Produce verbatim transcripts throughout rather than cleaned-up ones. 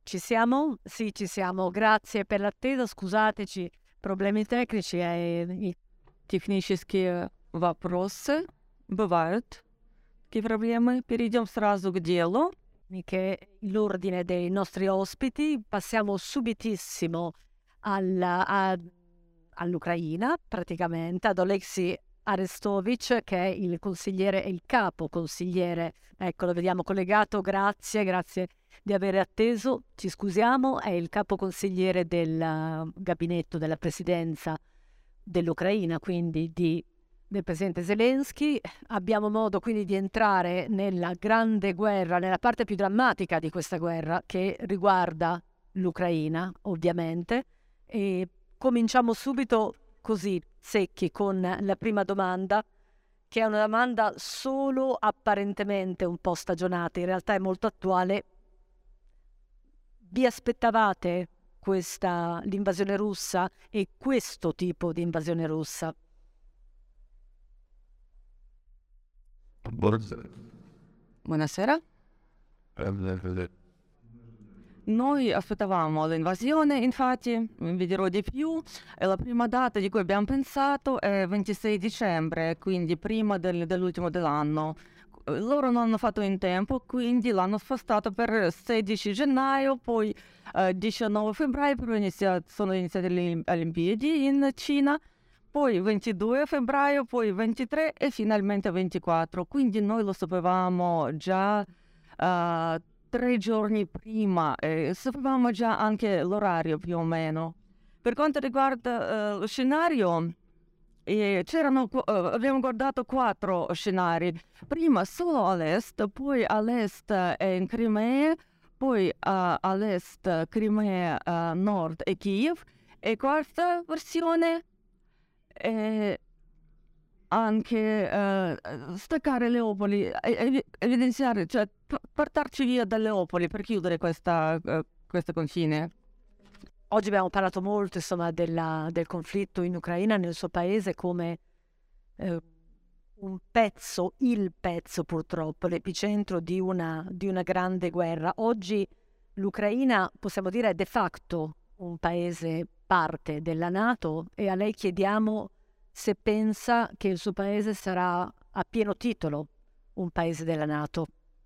Ci siamo? Sì, ci siamo. Grazie per l'attesa. Scusateci, problemi tecnici e i- Технические вопросы. Бывают такие проблемы. Перейдем сразу к делу. che l'ordine dei nostri ospiti. Passiamo subitissimo alla- a- all'Ucraina, praticamente, ad Oleksiy Arestovich, che è il consigliere e il capo consigliere. Ecco, lo vediamo collegato. Grazie, grazie di aver atteso. Ci scusiamo, è il capo consigliere del uh, gabinetto della presidenza dell'Ucraina, quindi di, del presidente Zelensky. Abbiamo modo quindi di entrare nella grande guerra, nella parte più drammatica di questa guerra che riguarda l'Ucraina, ovviamente. E cominciamo subito così, secchi, con la prima domanda, che è una domanda solo apparentemente un po' stagionata, in realtà è molto attuale. Vi aspettavate questa, l'invasione russa e questo tipo di invasione russa? Buonasera. Noi aspettavamo l'invasione, infatti, vi dirò di più. E la prima data di cui abbiamo pensato è ventisei dicembre, quindi prima del- dell'ultimo dell'anno. Loro non hanno fatto in tempo, quindi l'hanno spostato per sedici gennaio, poi eh, diciannove febbraio, però inizia- sono iniziate le Olimpiadi in Cina, poi ventidue febbraio, poi ventitré e finalmente ventiquattro. Quindi noi lo sapevamo già eh, tre giorni prima e sapevamo già anche l'orario più o meno. Per quanto riguarda eh, lo scenario, eh, c'erano, qu- eh, abbiamo guardato quattro scenari. Prima solo all'est, poi all'est eh, in Crimea, poi eh, all'est Crimea, eh, nord e Kiev, e quarta versione eh, anche eh, staccare Leopoli, e- evi- evidenziare, cioè p- portarci via da Leopoli per chiudere questa, eh, questa confine. Oggi abbiamo parlato molto, insomma, della- del conflitto in Ucraina, nel suo paese, come eh, un pezzo, il pezzo purtroppo, l'epicentro di una, di una grande guerra. Oggi l'Ucraina, possiamo dire, è de facto un paese parte della NATO e a lei chiediamo se pensa che il suo paese sarà a pieno titolo un paese della NATO.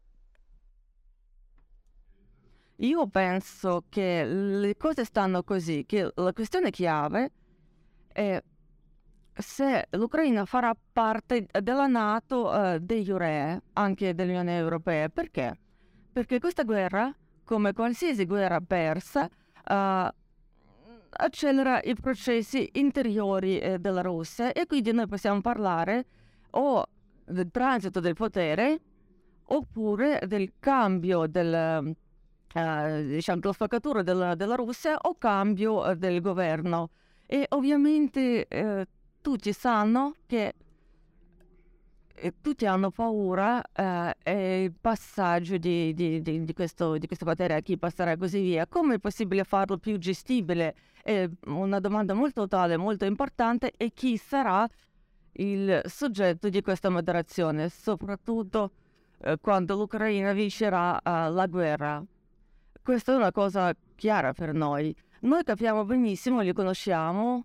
Io penso che le cose stanno così, che la questione chiave è se l'Ucraina farà parte della NATO, eh, de jure, anche dell'Unione Europea. Perché? Perché questa guerra, come qualsiasi guerra persa, eh, accelera i processi interiori eh, della Russia, e quindi noi possiamo parlare o del transito del potere oppure del cambio del, eh, diciamo, della spaccatura della, della Russia, o cambio eh, del governo. E ovviamente eh, tutti sanno che e tutti hanno paura eh, e il passaggio di, di, di, di questo, di questo potere a chi passerà e così via. Come è possibile farlo più gestibile? È una domanda molto attuale, molto importante, e chi sarà il soggetto di questa moderazione, soprattutto eh, quando l'Ucraina vincerà eh, la guerra. Questa è una cosa chiara per noi. Noi capiamo benissimo, li conosciamo,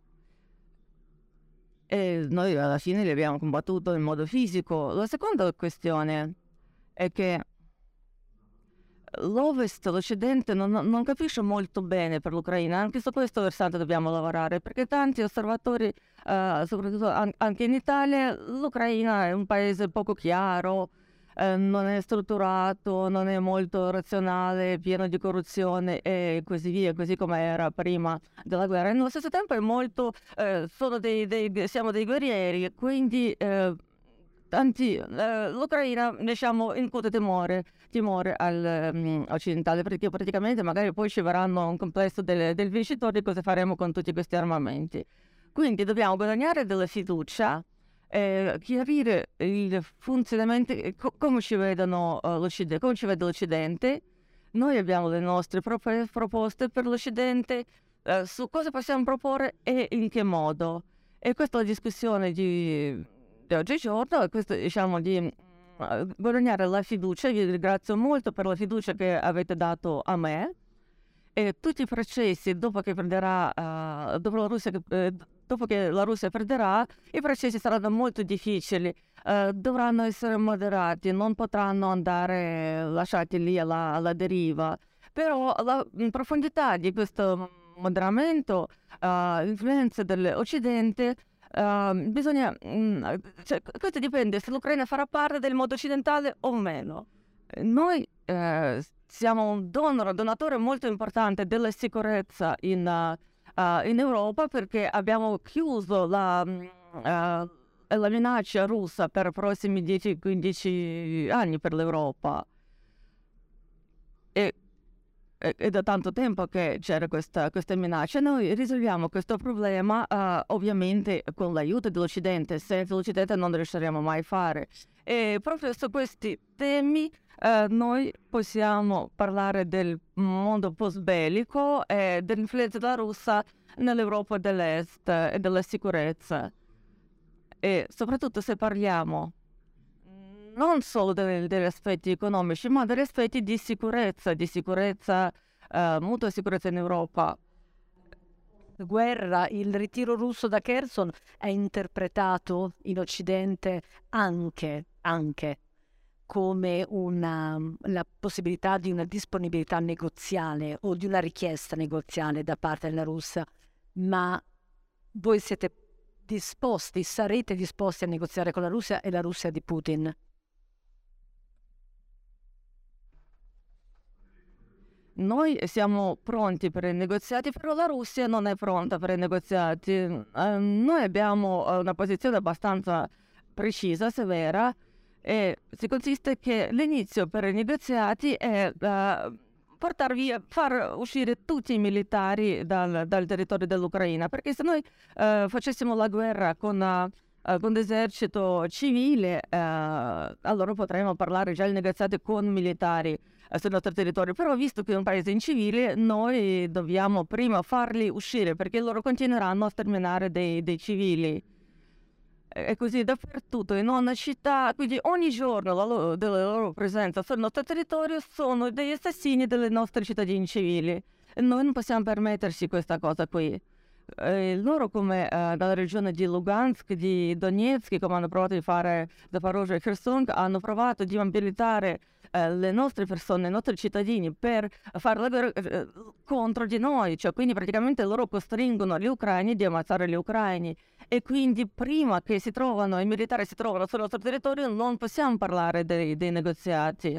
e noi alla fine li abbiamo combattuto in modo fisico. La seconda questione è che l'Ovest, l'Occidente non, non capisce molto bene per l'Ucraina. Anche su questo versante dobbiamo lavorare, perché tanti osservatori, eh, soprattutto an- anche in Italia, l'Ucraina è un paese poco chiaro, eh, non è strutturato, non è molto razionale, pieno di corruzione e così via, così come era prima della guerra. E nello stesso tempo è molto, eh, sono dei, dei- siamo dei guerrieri, e quindi eh, tanti, eh, l'Ucraina, diciamo, incute timore, timore al, mm, occidentale, perché praticamente magari poi ci verranno un complesso del, del vincitore, cosa faremo con tutti questi armamenti. Quindi dobbiamo guadagnare della fiducia, eh, chiarire il funzionamento, eh, co- come ci vedono eh, l'Occidente, come ci vede l'Occidente. Noi abbiamo le nostre proprie proposte per l'Occidente, eh, su cosa possiamo proporre e in che modo. E questa è la discussione di, di oggigiorno, e questo, diciamo, di mm, guadagnare la fiducia. Vi ringrazio molto per la fiducia che avete dato a me, e tutti i processi dopo che perderà, eh, dopo la Russia, che- eh, dopo che la Russia perderà, i processi saranno molto difficili, eh, dovranno essere moderati, non potranno andare lasciati lì alla, alla deriva. Però la mm, profondità di questo moderamento, eh, l'influenza dell'Occidente, eh, bisogna, mm, cioè, questo dipende se l'Ucraina farà parte del mondo occidentale o meno. Eh, Noi eh, siamo un donor, donatore molto importante della sicurezza in, eh, eh, in Europa perché abbiamo chiuso la, mm, eh, la minaccia russa per i prossimi dieci quindici anni per l'Europa. E è è da tanto tempo che c'era questa, questa minaccia. Noi risolviamo questo problema, eh, ovviamente con l'aiuto dell'Occidente, senza l'Occidente non riusciremo mai a fare. E proprio su questi temi eh, noi possiamo parlare del mondo post-bellico e dell'influenza della Russia nell'Europa dell'Est e della sicurezza. E soprattutto se parliamo non solo delle- degli aspetti economici, ma degli aspetti di sicurezza, di sicurezza, eh, mutua sicurezza in Europa. Guerra, il ritiro russo da Kherson è interpretato in Occidente anche, anche come una, la possibilità di una disponibilità negoziale o di una richiesta negoziale da parte della Russia, ma voi siete disposti, sarete disposti a negoziare con la Russia e la Russia di Putin? Noi siamo pronti per i negoziati, però la Russia non è pronta per i negoziati. Eh, noi abbiamo eh, una posizione abbastanza precisa, severa, e si consiste che l'inizio per i negoziati è eh, portar via, far uscire tutti i militari dal, dal territorio dell'Ucraina, perché se noi eh, facessimo la guerra con, eh, eh, con l'esercito civile, eh, allora potremmo parlare già di negoziati con militari eh, sul nostro territorio. Però visto che è un paese incivile, noi dobbiamo prima farli uscire, perché loro continueranno a sterminare dei, dei civili. È così dappertutto, in ogni città, quindi ogni giorno la loro- della loro presenza sul nostro territorio sono degli assassini delle nostre cittadini civili. E noi non possiamo permetterci questa cosa qui. Eh, loro come eh, dalla regione di Lugansk, di Donetsk, come hanno provato di fare Zaporozhye e Kherson, hanno provato di mobilitare eh, le nostre persone, i nostri cittadini per fare la guerra eh, contro di noi, cioè quindi praticamente loro costringono gli ucraini di ammazzare gli ucraini. E quindi prima che si trovano, i militari si trovano sul nostro territorio, non possiamo parlare dei, dei negoziati,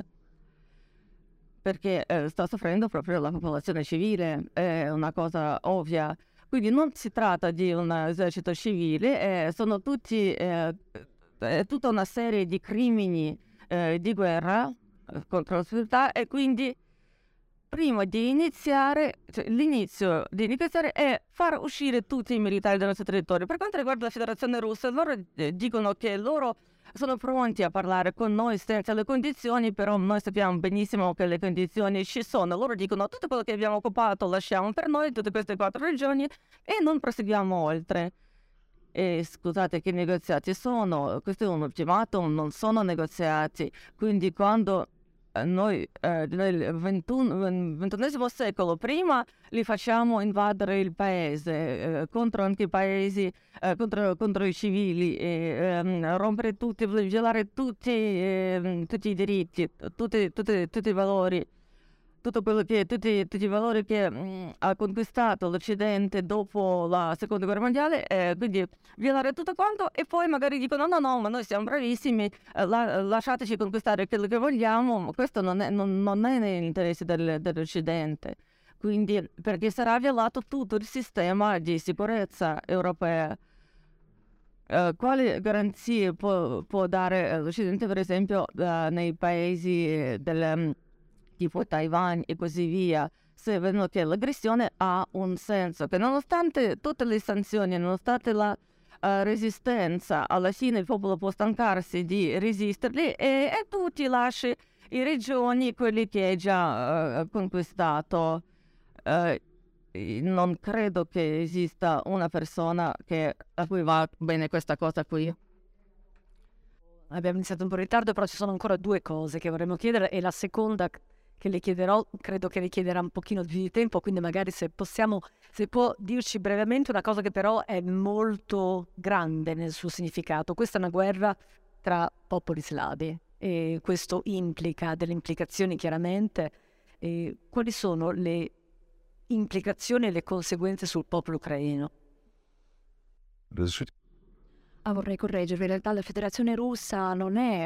perché eh, sta soffrendo proprio la popolazione civile, è una cosa ovvia. Quindi non si tratta di un esercito civile, eh, sono tutti, eh, è tutta una serie di crimini eh, di guerra eh, contro la società, e quindi prima di iniziare, cioè l'inizio di negoziare è far uscire tutti i militari dal nostro territorio. Per quanto riguarda la Federazione Russa, loro eh, dicono che loro sono pronti a parlare con noi senza le condizioni, però noi sappiamo benissimo che le condizioni ci sono. Loro dicono tutto quello che abbiamo occupato lasciamo per noi, tutte queste quattro regioni, e non proseguiamo oltre. E scusate, che negoziati sono? Questo è un ultimatum, non sono negoziati. Quindi quando eh, noi eh, nel ventunesimo secolo prima li facciamo invadere il paese eh, contro anche i paesi, eh, contro, contro i civili, e, ehm, rompere tutti, violare tutti, ehm, tutti i diritti, tutti, tutti, tutti i valori, tutto quello che, tutti, tutti i valori che mh, ha conquistato l'Occidente dopo la seconda guerra mondiale, eh, quindi violare tutto quanto, e poi magari dicono no no, ma noi siamo bravissimi, eh, la- lasciateci conquistare quello che vogliamo. Ma questo non è, non, non è nell'interesse del- dell'Occidente, quindi perché sarà violato tutto il sistema di sicurezza europea. Eh, quali garanzie può, può dare eh, l'Occidente, per esempio, eh, nei paesi eh, del, mm, tipo Taiwan e così via, se vedono che l'aggressione ha un senso, che nonostante tutte le sanzioni, nonostante la eh, resistenza, alla fine il popolo può stancarsi di resisterli, e, e tu ti lasci i regioni, quelli che hai già eh, conquistato. Eh, e non credo che esista una persona che, a cui va bene questa cosa qui. Abbiamo iniziato un po' in ritardo, però ci sono ancora due cose che vorremmo chiedere, e la seconda che le chiederò, credo che richiederà un pochino più di tempo, quindi magari se possiamo, se può dirci brevemente una cosa che però è molto grande nel suo significato. Questa è una guerra tra popoli slavi e questo implica delle implicazioni chiaramente. E quali sono le implicazioni e le conseguenze sul popolo ucraino? Ah, vorrei correggervi, in realtà la Federazione Russa non è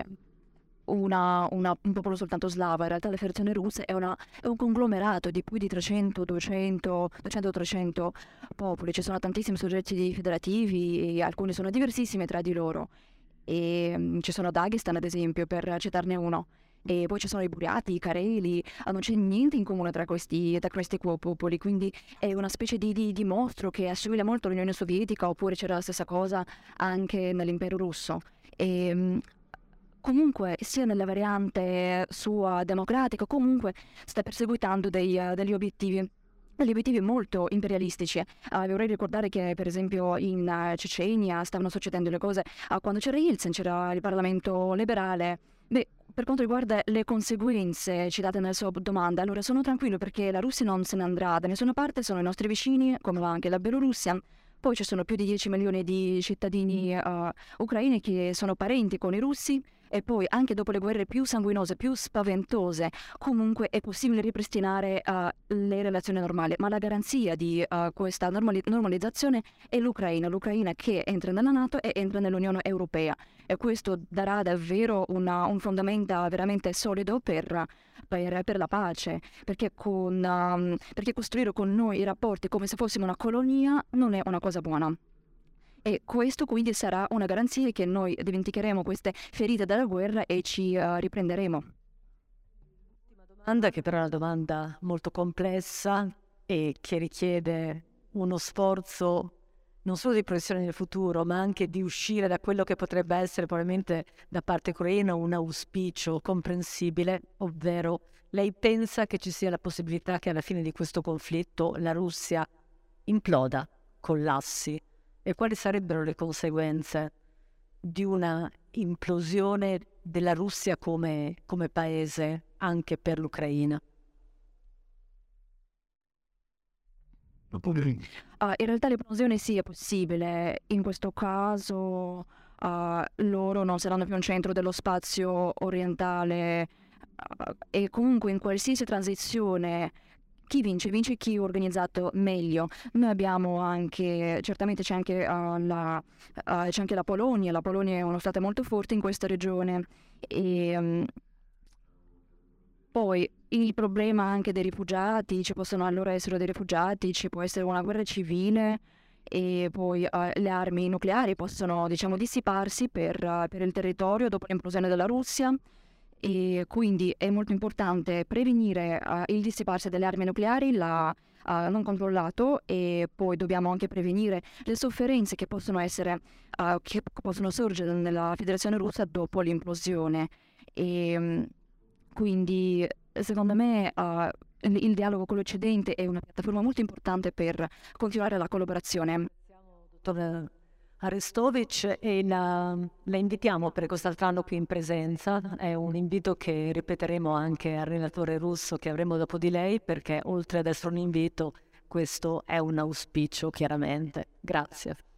una, una- un popolo soltanto slavo, in realtà la Federazione Russa è, una- è un conglomerato di più di trecento, duecento, duecento trecento popoli, ci sono tantissimi soggetti federativi e alcuni sono diversissimi tra di loro. E mm, ci sono Dagestan ad esempio, per citarne uno. E poi ci sono i Buriati, i Careli, ah, non c'è niente in comune tra questi, tra questi quo- popoli, quindi è una specie di, di- di mostro che assomiglia molto all'Unione Sovietica, oppure c'era la stessa cosa anche nell'impero russo. E, mm, comunque, sia nella variante sua democratica, comunque sta perseguitando dei, eh, degli obiettivi. Degli obiettivi molto imperialistici. Ah, vorrei ricordare che, per esempio, in eh, Cecenia stavano succedendo le cose ah, quando c'era Yeltsin, c'era il Parlamento liberale. Beh, per quanto riguarda le conseguenze citate nella sua domanda, allora sono tranquillo perché la Russia non se ne andrà da nessuna parte, sono i nostri vicini, come va anche la Bielorussia. Poi ci sono più di dieci milioni di cittadini eh, ucraini che sono parenti con i russi. E poi, anche dopo le guerre più sanguinose, più spaventose, comunque è possibile ripristinare eh, le relazioni normali. Ma la garanzia di eh, questa normali- normalizzazione è l'Ucraina, l'Ucraina che entra nella NATO e entra nell'Unione Europea. E questo darà davvero una- un fondamento veramente solido per, per- per la pace, perché, con, ehm, perché costruire con noi i rapporti come se fossimo una colonia non è una cosa buona. E questo quindi sarà una garanzia che noi dimenticheremo queste ferite della guerra e ci eh, riprenderemo. Domanda che però è una domanda molto complessa e che richiede uno sforzo non solo di proiezione nel futuro, ma anche di uscire da quello che potrebbe essere probabilmente da parte ucraina un auspicio comprensibile, ovvero lei pensa che ci sia la possibilità che alla fine di questo conflitto la Russia imploda, collassi, e quali sarebbero le conseguenze di una implosione della Russia come, come paese anche per l'Ucraina? Ah, in realtà l'esplosione sì è possibile, in questo caso ah, loro non saranno più un centro dello spazio orientale ah, e comunque in qualsiasi transizione chi vince? Vince chi è organizzato meglio. Noi abbiamo anche, certamente c'è anche, ah, la, ah, c'è anche la Polonia, la Polonia è uno stato molto forte in questa regione e mm, poi il problema anche dei rifugiati, ci possono allora essere dei rifugiati, ci può essere una guerra civile e poi eh, le armi nucleari possono, diciamo, dissiparsi per, eh, per il territorio dopo l'implosione della Russia e quindi è molto importante prevenire eh, il dissiparsi delle armi nucleari, la, eh, non controllato e poi dobbiamo anche prevenire le sofferenze che possono essere, eh, che possono sorgere nella Federazione Russa dopo l'implosione. E, mm, quindi, secondo me, eh, il, il dialogo con l'Occidente è una piattaforma molto importante per continuare la collaborazione. Dottor Arestovic, e la, la invitiamo per quest'altro anno qui in presenza. È un invito che ripeteremo anche al relatore russo che avremo dopo di lei, perché oltre ad essere un invito, questo è un auspicio chiaramente. Grazie.